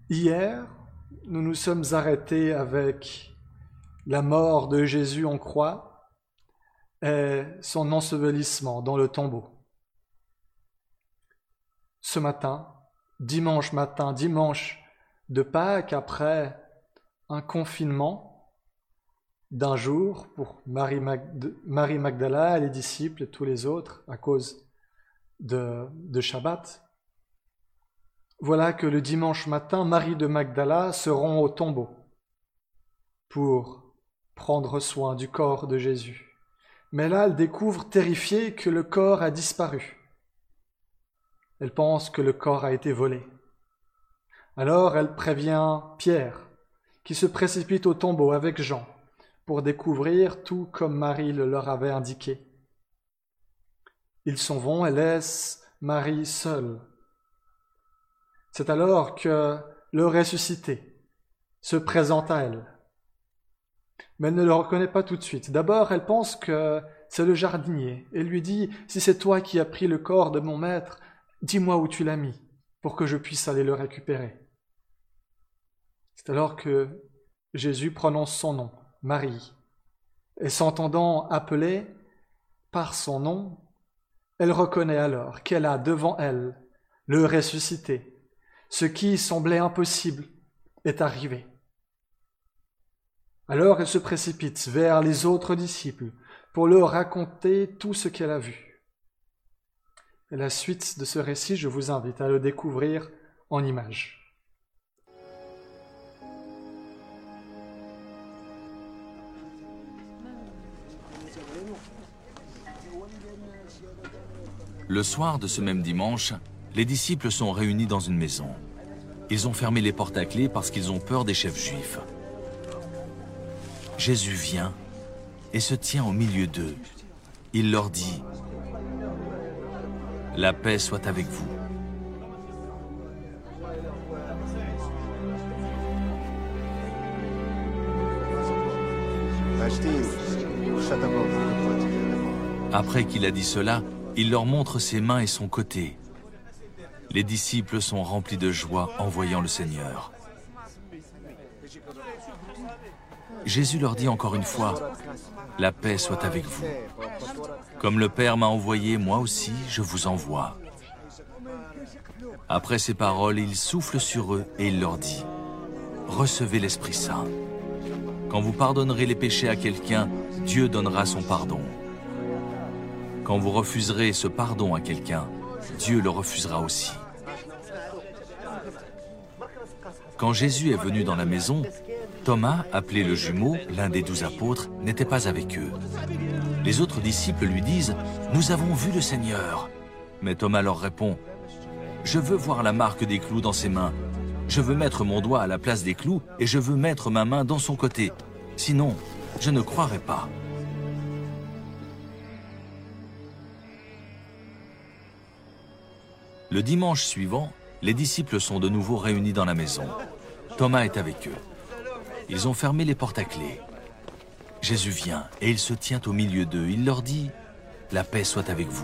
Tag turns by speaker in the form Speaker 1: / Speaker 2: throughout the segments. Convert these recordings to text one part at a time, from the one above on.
Speaker 1: Hier, nous nous sommes arrêtés avec la mort de Jésus en croix et son ensevelissement dans le tombeau. Ce matin, dimanche de Pâques, après un confinement d'un jour pour Marie Magdala, les disciples et tous les autres à cause de Shabbat, voilà que le dimanche matin, Marie de Magdala se rend au tombeau pour prendre soin du corps de Jésus. Mais là, elle découvre, terrifiée, que le corps a disparu. Elle pense que le corps a été volé. Alors, elle prévient Pierre, qui se précipite au tombeau avec Jean, pour découvrir tout comme Marie le leur avait indiqué. Ils s'en vont et laissent Marie seule. C'est alors que le ressuscité se présente à elle. Mais elle ne le reconnaît pas tout de suite. D'abord, elle pense que c'est le jardinier et lui dit « Si c'est toi qui as pris le corps de mon maître, dis-moi où tu l'as mis pour que je puisse aller le récupérer. » C'est alors que Jésus prononce son nom, Marie, et s'entendant appeler par son nom, elle reconnaît alors qu'elle a devant elle le ressuscité. Ce qui semblait impossible est arrivé. Alors elle se précipite vers les autres disciples pour leur raconter tout ce qu'elle a vu. Et la suite de ce récit, je vous invite à le découvrir en images.
Speaker 2: Le soir de ce même dimanche, les disciples sont réunis dans une maison. Ils ont fermé les portes à clé parce qu'ils ont peur des chefs juifs. Jésus vient et se tient au milieu d'eux. Il leur dit « La paix soit avec vous ». Après qu'il a dit cela, il leur montre ses mains et son côté. Les disciples sont remplis de joie en voyant le Seigneur. Jésus leur dit encore une fois, « La paix soit avec vous. Comme le Père m'a envoyé, moi aussi je vous envoie. » Après ces paroles, il souffle sur eux et il leur dit, « Recevez l'Esprit Saint. Quand vous pardonnerez les péchés à quelqu'un, Dieu donnera son pardon. Quand vous refuserez ce pardon à quelqu'un, Dieu le refusera aussi. » Quand Jésus est venu dans la maison, Thomas, appelé le jumeau, l'un des 12 apôtres, n'était pas avec eux. Les autres disciples lui disent « Nous avons vu le Seigneur !» Mais Thomas leur répond « Je veux voir la marque des clous dans ses mains. Je veux mettre mon doigt à la place des clous et je veux mettre ma main dans son côté. Sinon, je ne croirai pas. » Le dimanche suivant, les disciples sont de nouveau réunis dans la maison. Thomas est avec eux. Ils ont fermé les portes à clé. Jésus vient et il se tient au milieu d'eux. Il leur dit « La paix soit avec vous. »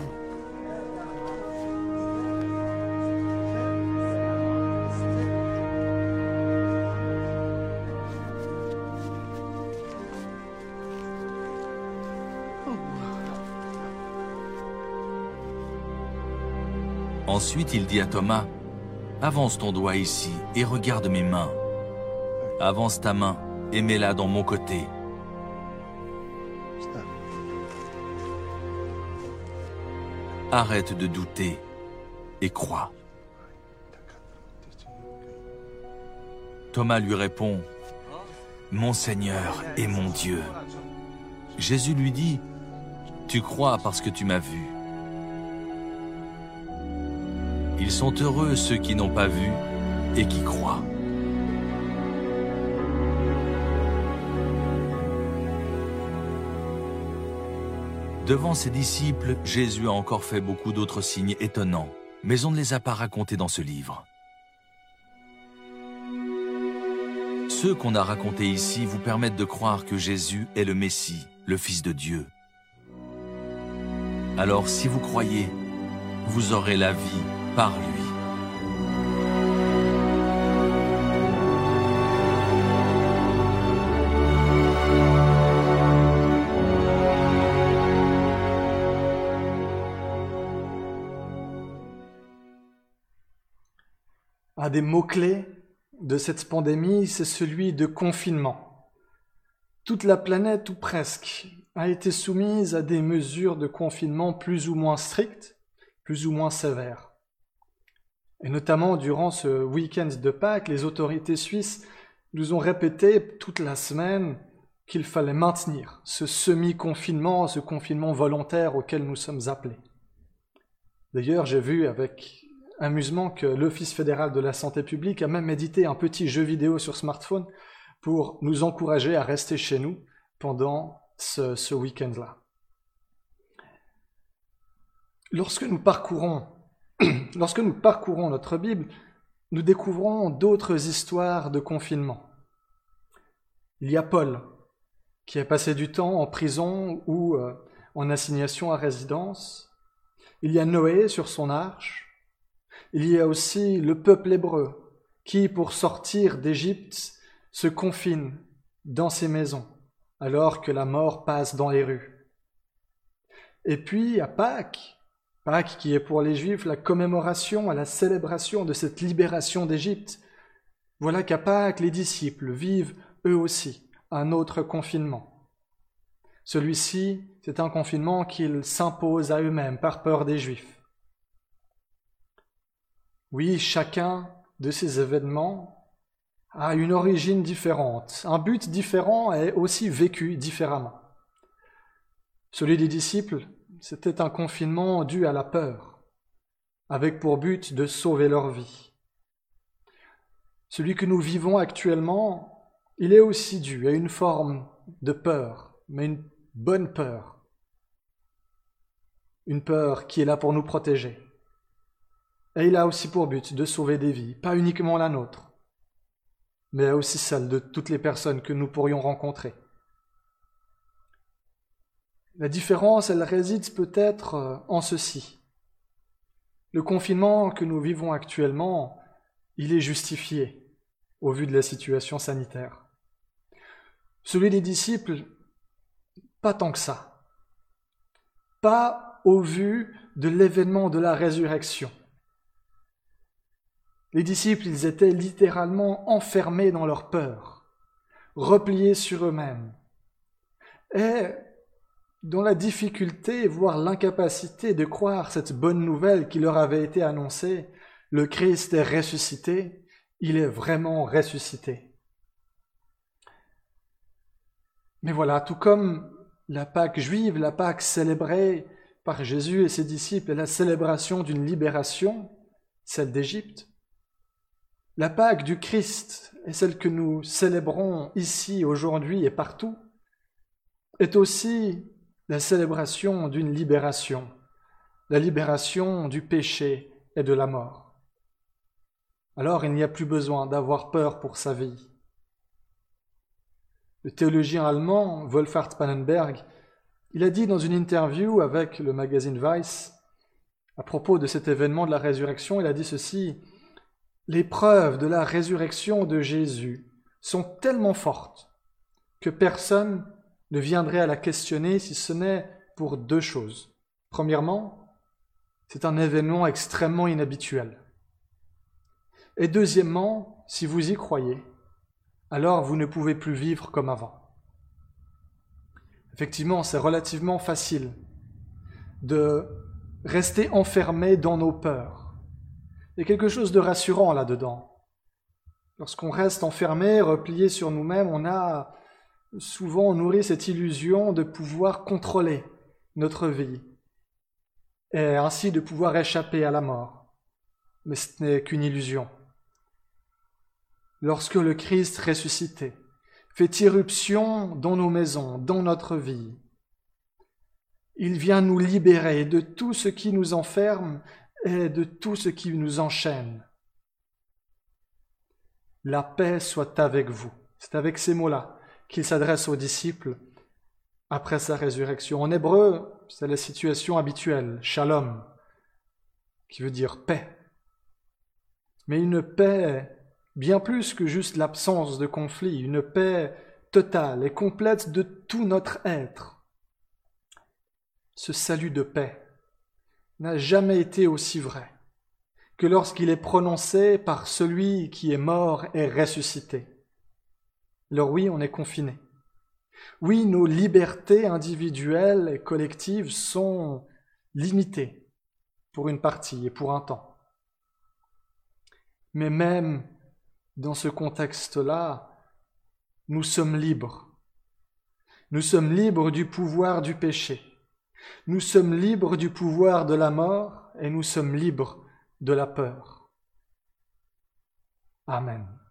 Speaker 2: Ensuite, il dit à Thomas, « Avance ton doigt ici et regarde mes mains. Avance ta main et mets-la dans mon côté. Arrête de douter et crois. » Thomas lui répond, « Mon Seigneur et mon Dieu. » Jésus lui dit, « Tu crois parce que tu m'as vu. » Ils sont heureux ceux qui n'ont pas vu et qui croient. Devant ses disciples, Jésus a encore fait beaucoup d'autres signes étonnants, mais on ne les a pas racontés dans ce livre. Ceux qu'on a racontés ici vous permettent de croire que Jésus est le Messie, le Fils de Dieu. Alors si vous croyez, vous aurez la vie par lui.
Speaker 1: Un des mots-clés de cette pandémie, c'est celui de confinement. Toute la planète, ou presque, a été soumise à des mesures de confinement plus ou moins strictes, plus ou moins sévères. Et notamment durant ce week-end de Pâques, les autorités suisses nous ont répété toute la semaine qu'il fallait maintenir ce semi-confinement, ce confinement volontaire auquel nous sommes appelés. D'ailleurs, j'ai vu avec amusement que l'Office fédéral de la santé publique a même édité un petit jeu vidéo sur smartphone pour nous encourager à rester chez nous pendant ce week-end-là. Lorsque nous parcourons notre Bible, nous découvrons d'autres histoires de confinement. Il y a Paul, qui a passé du temps en prison ou en assignation à résidence. Il y a Noé sur son arche. Il y a aussi le peuple hébreu, qui, pour sortir d'Égypte, se confine dans ses maisons, alors que la mort passe dans les rues. Et puis, à Pâques qui est pour les Juifs la commémoration, la célébration de cette libération d'Égypte. Voilà qu'à Pâques, les disciples vivent eux aussi un autre confinement. Celui-ci, c'est un confinement qu'ils s'imposent à eux-mêmes par peur des Juifs. Oui, chacun de ces événements a une origine différente, un but différent et aussi vécu différemment. Celui des disciples, c'était un confinement dû à la peur, avec pour but de sauver leur vie. Celui que nous vivons actuellement, il est aussi dû à une forme de peur, mais une bonne peur. Une peur qui est là pour nous protéger. Et il a aussi pour but de sauver des vies, pas uniquement la nôtre, mais aussi celle de toutes les personnes que nous pourrions rencontrer. La différence, elle réside peut-être en ceci. Le confinement que nous vivons actuellement, il est justifié au vu de la situation sanitaire. Celui des disciples, pas tant que ça. Pas au vu de l'événement de la résurrection. Les disciples, ils étaient littéralement enfermés dans leur peur, repliés sur eux-mêmes. Et dans la difficulté, voire l'incapacité de croire cette bonne nouvelle qui leur avait été annoncée, le Christ est ressuscité, il est vraiment ressuscité. Mais voilà, tout comme la Pâque juive, la Pâque célébrée par Jésus et ses disciples est la célébration d'une libération, celle d'Égypte, la Pâque du Christ est celle que nous célébrons ici, aujourd'hui et partout, est aussi la célébration d'une libération, la libération du péché et de la mort. Alors il n'y a plus besoin d'avoir peur pour sa vie. Le théologien allemand Wolfhard Pannenberg, il a dit dans une interview avec le magazine Vice, à propos de cet événement de la résurrection, il a dit ceci: « Les preuves de la résurrection de Jésus sont tellement fortes que personne ne viendrait à la questionner si ce n'est pour deux choses. Premièrement, c'est un événement extrêmement inhabituel. Et deuxièmement, si vous y croyez, alors vous ne pouvez plus vivre comme avant. » Effectivement, c'est relativement facile de rester enfermé dans nos peurs. Il y a quelque chose de rassurant là-dedans. Lorsqu'on reste enfermé, replié sur nous-mêmes, on a souvent nourri cette illusion de pouvoir contrôler notre vie et ainsi de pouvoir échapper à la mort. Mais ce n'est qu'une illusion. Lorsque le Christ ressuscité fait irruption dans nos maisons, dans notre vie, il vient nous libérer de tout ce qui nous enferme et de tout ce qui nous enchaîne. La paix soit avec vous. C'est avec ces mots-là qu'il s'adresse aux disciples après sa résurrection. En hébreu, c'est la situation habituelle, shalom, qui veut dire paix. Mais une paix bien plus que juste l'absence de conflit, une paix totale et complète de tout notre être. Ce salut de paix n'a jamais été aussi vrai que lorsqu'il est prononcé par celui qui est mort et ressuscité. Alors oui, on est confiné. Oui, nos libertés individuelles et collectives sont limitées pour une partie et pour un temps. Mais même dans ce contexte-là, nous sommes libres. Nous sommes libres du pouvoir du péché. Nous sommes libres du pouvoir de la mort et nous sommes libres de la peur. Amen.